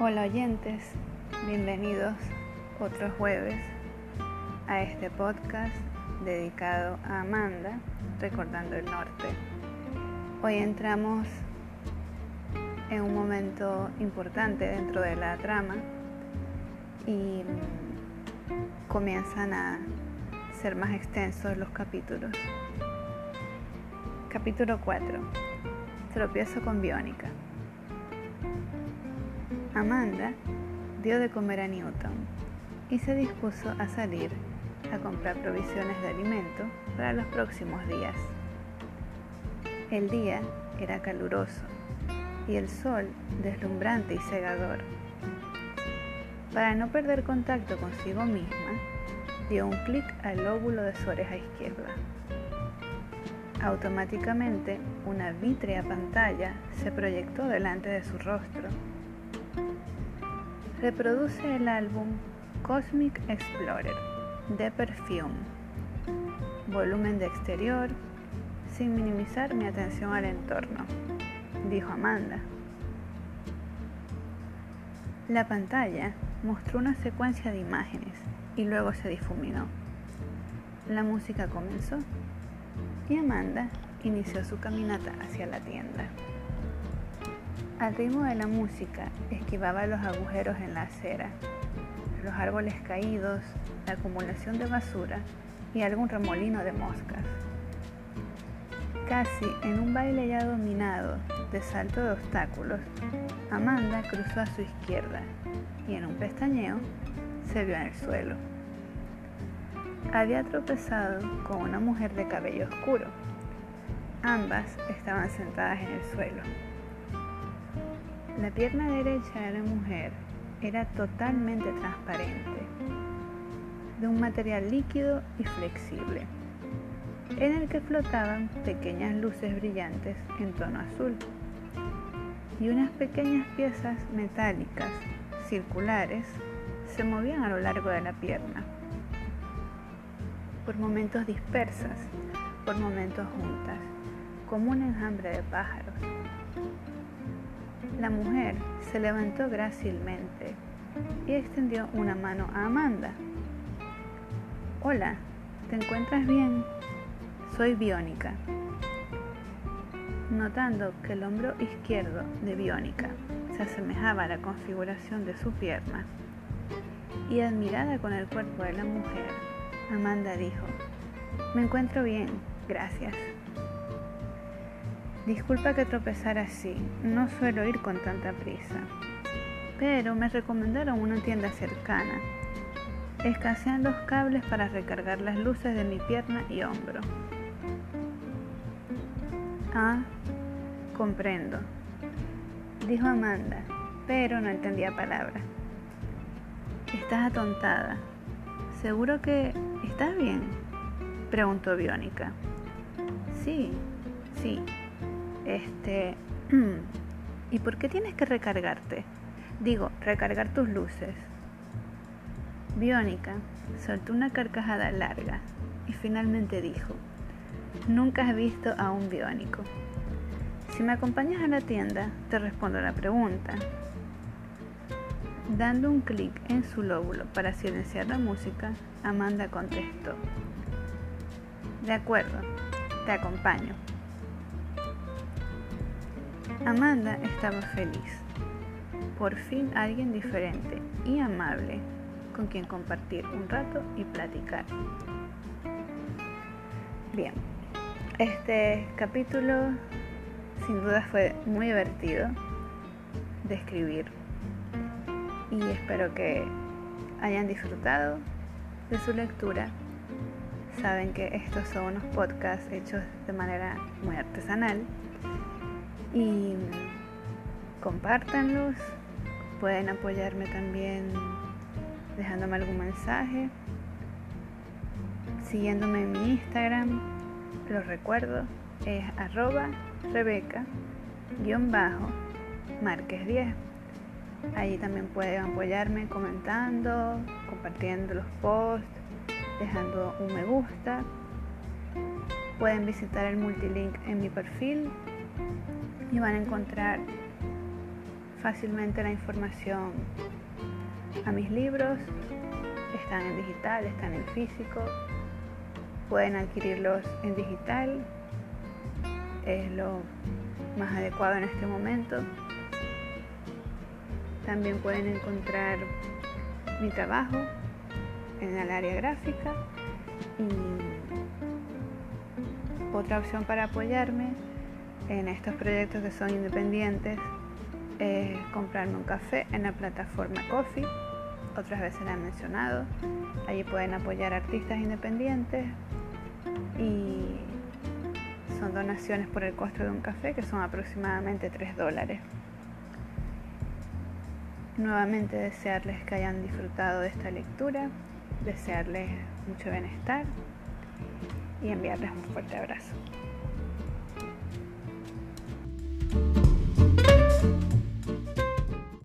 Hola oyentes, bienvenidos otro jueves a este podcast dedicado a Amanda, recordando el norte. Hoy entramos en un momento importante dentro de la trama y comienzan a ser más extensos los capítulos. Capítulo 4. Tropiezo con Biónica. Amanda dio de comer a Newton y se dispuso a salir a comprar provisiones de alimento para los próximos días. El día era caluroso y el sol deslumbrante y cegador. Para no perder contacto consigo misma, dio un clic al lóbulo de su oreja izquierda. Automáticamente, una vítrea pantalla se proyectó delante de su rostro. Reproduce el álbum Cosmic Explorer de Perfume, volumen de exterior, sin minimizar mi atención al entorno, dijo Amanda. La pantalla mostró una secuencia de imágenes y luego se difuminó. La música comenzó y Amanda inició su caminata hacia la tienda. Al ritmo de la música, esquivaba los agujeros en la acera, los árboles caídos, la acumulación de basura y algún remolino de moscas. Casi en un baile ya dominado de salto de obstáculos, Amanda cruzó a su izquierda y en un pestañeo se vio en el suelo. Había tropezado con una mujer de cabello oscuro. Ambas estaban sentadas en el suelo. La pierna derecha de la mujer era totalmente transparente, de un material líquido y flexible, en el que flotaban pequeñas luces brillantes en tono azul y unas pequeñas piezas metálicas circulares se movían a lo largo de la pierna, por momentos dispersas, por momentos juntas, como un enjambre de pájaros. La mujer se levantó grácilmente y extendió una mano a Amanda. Hola, ¿te encuentras bien? Soy Biónica. Notando que el hombro izquierdo de Biónica se asemejaba a la configuración de su pierna y admirada con el cuerpo de la mujer, Amanda dijo: me encuentro bien, gracias. Disculpa que tropezara así, no suelo ir con tanta prisa, pero me recomendaron una tienda cercana. Escasean los cables para recargar las luces de mi pierna y hombro. Ah, comprendo, dijo Amanda, pero no entendía palabra. Estás atontada. ¿Seguro que estás bien?, preguntó Biónica. Sí. ¿Y por qué tienes que recargarte? Recargar tus luces. Biónica soltó una carcajada larga y finalmente dijo: nunca has visto a un biónico. Si me acompañas a la tienda, te respondo la pregunta. Dando un clic en su lóbulo para silenciar la música, Amanda contestó: de acuerdo, te acompaño. Amanda estaba feliz. Por fin alguien diferente y amable con quien compartir un rato y platicar. Bien, este capítulo sin duda fue muy divertido de escribir y espero que hayan disfrutado de su lectura. Saben que estos son unos podcasts hechos de manera muy artesanal y compártanlos. Pueden apoyarme también dejándome algún mensaje, siguiéndome en mi Instagram. Los recuerdo, es @rebeca_Márquez10. Allí también pueden apoyarme comentando, compartiendo los posts, dejando un me gusta. Pueden visitar el multilink en mi perfil y van a encontrar fácilmente la información a mis libros. Están en digital, están en físico. Pueden adquirirlos en digital. Es lo más adecuado en este momento. También pueden encontrar mi trabajo en el área gráfica. Y otra opción para apoyarme en estos proyectos que son independientes es comprarme un café en la plataforma Ko-fi. Otras veces la he mencionado. Allí pueden apoyar artistas independientes y son donaciones por el costo de un café, que son aproximadamente $3. Nuevamente desearles que hayan disfrutado de esta lectura, desearles mucho bienestar y enviarles un fuerte abrazo.